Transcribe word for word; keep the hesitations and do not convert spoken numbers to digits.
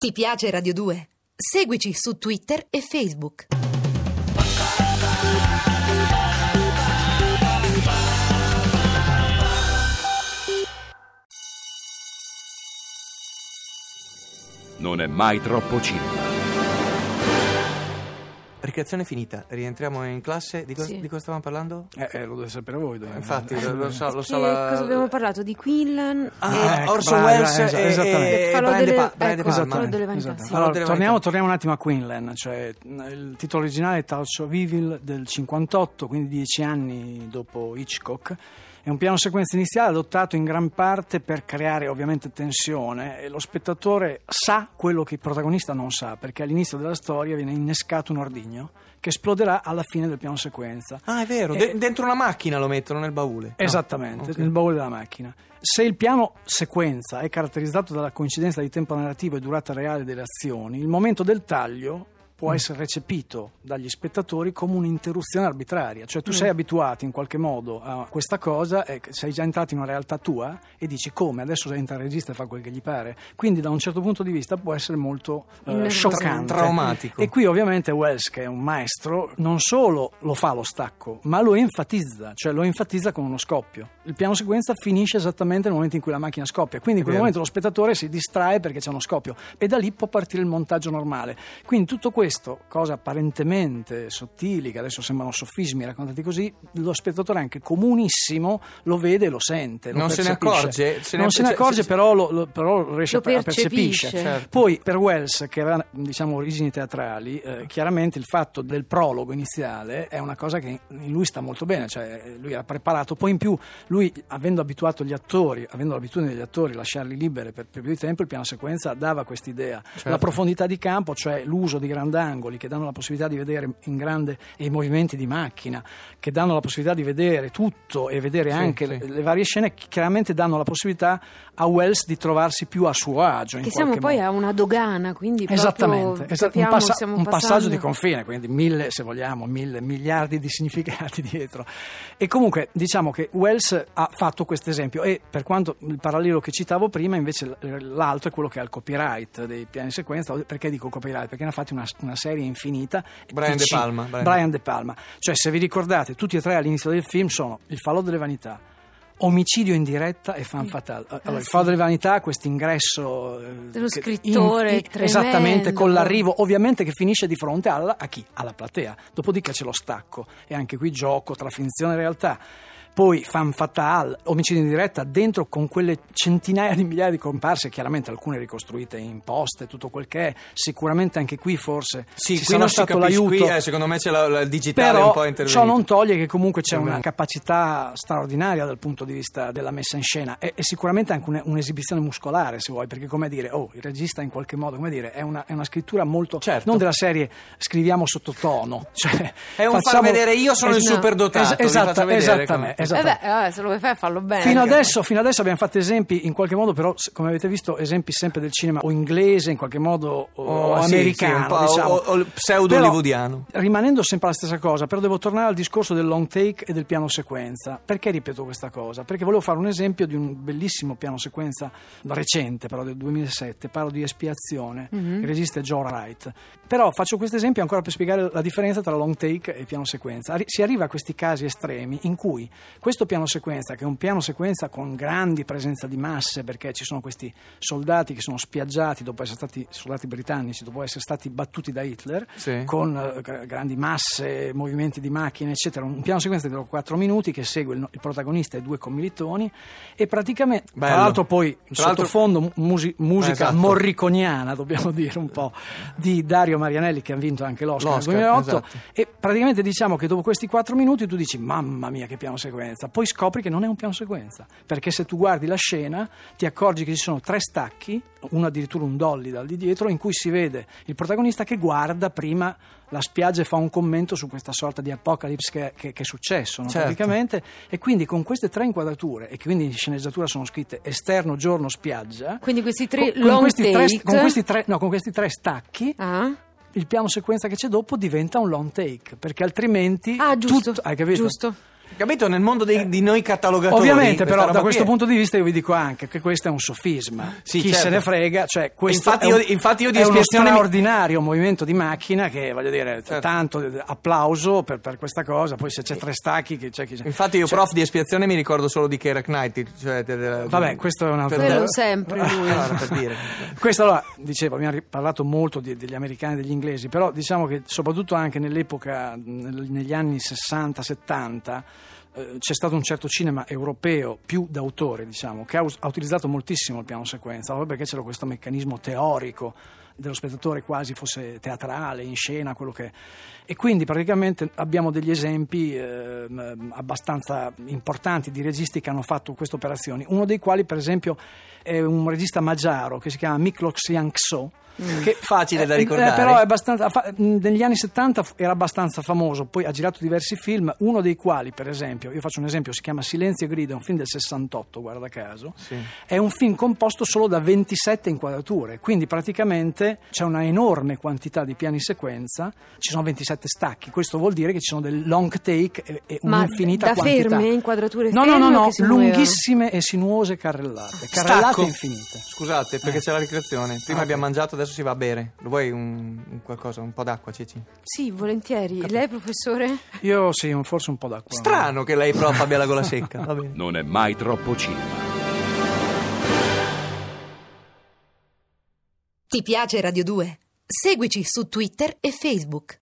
Ti piace Radio due? Seguici su Twitter e Facebook. Non è mai troppo cinema. Ricreazione finita, rientriamo in classe. Di, co- Sì. di cosa stavamo parlando? Eh, eh, lo dovete sapere voi. Dove... Infatti, lo, lo so, lo so. Che la... cosa abbiamo parlato? Di Quinlan? Ah, Eh, ecco, Orson brava, Welles esatto, e, esattamente. e Falò Brian De delle- Pa- Brian De ecco, Palma. Falò delle vanità. Esatto. Sì. Allora, Delle torniamo, vanità. torniamo un attimo a Quinlan, cioè il titolo originale è Touch of Evil del cinquantotto, quindi dieci anni dopo Hitchcock. È un piano sequenza iniziale adottato in gran parte per creare ovviamente tensione, e lo spettatore sa quello che il protagonista non sa, perché all'inizio della storia viene innescato un ordigno che esploderà alla fine del piano sequenza. Ah, è vero, Eh, de- dentro una macchina lo mettono nel baule. No. Esattamente, Ok. nel baule della macchina. Se il piano sequenza è caratterizzato dalla coincidenza di tempo narrativo e durata reale delle azioni, il momento del taglio può essere recepito dagli spettatori come un'interruzione arbitraria, cioè tu sei abituato in qualche modo a questa cosa e sei già entrato in una realtà tua e dici come, adesso entra il regista e fa quel che gli pare, quindi da un certo punto di vista può essere molto eh, Innervosente. scioccante, Traumatico. e qui ovviamente Welles, che è un maestro, non solo lo fa lo stacco, ma lo enfatizza, cioè lo enfatizza con uno scoppio. Il piano sequenza finisce esattamente nel momento in cui la macchina scoppia, quindi in quel vero. momento lo spettatore si distrae perché c'è uno scoppio e da lì può partire il montaggio normale. Quindi tutto questo, cose apparentemente sottili che adesso sembrano sofismi raccontati così, lo spettatore anche comunissimo lo vede e lo sente, lo Non se ne percepisce. accorge? Se ne- non se ne cioè, accorge, se- però lo, lo- però lo riesce Lo a a percepisce. percepisce. Certo. Poi per Welles, che aveva diciamo origini teatrali, eh, chiaramente il fatto del prologo iniziale è una cosa che in lui sta molto bene, cioè lui era preparato, poi in più lui, avendo abituato gli attori, avendo l'abitudine degli attori a lasciarli liberi per, per più di tempo, il piano sequenza dava quest'idea. Certo. La profondità di campo, cioè l'uso di grandangoli che danno la possibilità di vedere in grande, e i movimenti di macchina che danno la possibilità di vedere tutto e vedere Sì, anche sì. Le, le varie scene, chiaramente danno la possibilità a Wells di trovarsi più a suo agio in Che siamo qualche poi modo. a una dogana, quindi Esattamente, proprio esatto, un, capiamo, passa- stiamo un passando- passaggio di confine, quindi mille, se vogliamo, mille miliardi di significati dietro. E comunque diciamo che Wells ha fatto questo esempio, e per quanto il parallelo che citavo prima, invece l'altro è quello che ha il copyright dei piani sequenza. Perché dico copyright? Perché ne ha fatti una, una serie infinita. Brian T C, De Palma, Brian. Brian De Palma. Cioè, se vi ricordate, tutti e tre all'inizio del film sono Il falò delle vanità, Omicidio in diretta e Fan Fatale. Allora, il sì. falò delle vanità, questo ingresso eh, Dello che- scrittore in- tremendo. esattamente, con l'arrivo ovviamente che finisce di fronte alla, a chi? Alla platea. Dopodiché c'è lo stacco, e anche qui gioco tra finzione e realtà. Poi Fan Fatale, Omicidio in diretta, dentro con quelle centinaia di migliaia di comparse, chiaramente alcune ricostruite in post e tutto quel che è. Sicuramente anche qui forse Sì, ci qui sarà non si stato capisce, l'aiuto. qui, eh, secondo me c'è la, la digitale Però un po' intervenuta. ciò non toglie che comunque c'è È una vero. capacità straordinaria dal punto di vista della messa in scena, e, e sicuramente anche un- un'esibizione muscolare, se vuoi, perché come dire, oh, il regista in qualche modo, come dire, è una, è una scrittura molto, Certo. non della serie scriviamo sottotono, cioè È un far facciamo- vedere io sono il es- superdotato, es- vi esatta- faccio vedere esattamente, come- Eh esattamente. beh, vabbè, se lo vuoi fare fallo bene. Fino adesso, fino adesso abbiamo fatto esempi in qualche modo, però s- come avete visto, esempi sempre del cinema o inglese in qualche modo o, Oh, o sì, americano, sì, un po', diciamo. o- o pseudo-hollywoodiano. Però, rimanendo sempre la stessa cosa, però devo tornare al discorso del long take e del piano sequenza. Perché ripeto questa cosa? Perché volevo fare un esempio di un bellissimo piano sequenza recente, però del duemilasette, parlo di Espiazione, il regista è Joe Wright. Però faccio questo esempio ancora per spiegare la differenza tra long take e piano sequenza. Arri- si arriva a questi casi estremi in cui questo piano sequenza, che è un piano sequenza con grandi presenza di masse, perché ci sono questi soldati che sono spiaggiati dopo essere stati, soldati britannici, dopo essere stati battuti da Hitler, Sì. con eh, gra- grandi masse, movimenti di macchine, eccetera. Un piano sequenza di quattro minuti che segue il, il protagonista e due commilitoni, e praticamente, Bello. tra l'altro, poi il Tra l'altro- sottofondo mu- musi- musica Esatto. morriconiana, dobbiamo dire un po', di Dario Marianelli, che ha vinto anche l'Oscar, L'Oscar, nel duemilaotto. esatto. E praticamente diciamo che dopo questi quattro minuti tu dici mamma mia che piano sequenza, poi scopri che non è un piano sequenza, perché se tu guardi la scena ti accorgi che ci sono tre stacchi, uno addirittura un dolly dal di dietro, in cui si vede il protagonista che guarda prima la spiaggia e fa un commento su questa sorta di apocalypse che, che, che è successo, no? Certo. Praticamente. E quindi con queste tre inquadrature, e che quindi in sceneggiatura sono scritte esterno, giorno, spiaggia, Quindi questi tre con, con long questi tre, take. con questi tre, no, con questi tre stacchi Ah? il piano sequenza che c'è dopo diventa un long take, perché altrimenti Ah, giusto, tutto, hai capito? giusto. Capito? Nel mondo dei, di noi catalogatori. Ovviamente, però, roba da questo qui è- punto di vista io vi dico anche che questo è un sofisma. Sì, Chi certo. se ne frega, cioè questo Infatti è, io- un, infatti io di è uno espiazione mi- straordinario movimento di macchina che, voglio dire, Certo. tanto eh, applauso per, per questa cosa. Poi se c'è tre stacchi, che c'è chi Infatti io cioè- prof di espiazione mi ricordo solo di Keira Knightley, cioè de- de- Vabbè, questo è un altro- per- Quello sempre lui. Allora, per dire. Questo, allora, dicevo, abbiamo ri- parlato molto di- degli americani e degli inglesi, però diciamo che soprattutto anche nell'epoca, nel- negli anni sessanta settanta, eh, c'è stato un certo cinema europeo più d'autore, diciamo, che ha, us- ha utilizzato moltissimo il piano sequenza, proprio perché c'era questo meccanismo teorico dello spettatore, quasi fosse teatrale, in scena, quello che è. E quindi praticamente abbiamo degli esempi ehm, abbastanza importanti di registi che hanno fatto queste operazioni, uno dei quali per esempio è un regista magiaro che si chiama Miklos Jankso, che Facile da eh, ricordare. eh, però è abbastanza fa- negli anni settanta f- era abbastanza famoso, poi ha girato diversi film, uno dei quali per esempio, io faccio un esempio, si chiama Silenzio e grida, è un film del sessantotto, guarda caso. Sì. È un film composto solo da ventisette inquadrature, quindi praticamente c'è una enorme quantità di piani sequenza, ci sono ventisette stacchi, questo vuol dire che ci sono dei long take e, e Ma un'infinita da quantità. ferme, inquadrature No, no, ferme no, o no, che si muovevano? lunghissime e sinuose carrellate, carrellate Stacco. infinite. Scusate, perché c'è la ricreazione. Prima Ah, abbiamo mangiato, adesso si va a bere. Lo vuoi un, un qualcosa, un po' d'acqua, Cici? Sì, volentieri. Lei, professore? Io sì, un- forse un po' d'acqua. Strano che lei prof abbia la gola secca. Va bene. Non è mai troppo cinema. Ti piace Radio due? Seguici su Twitter e Facebook.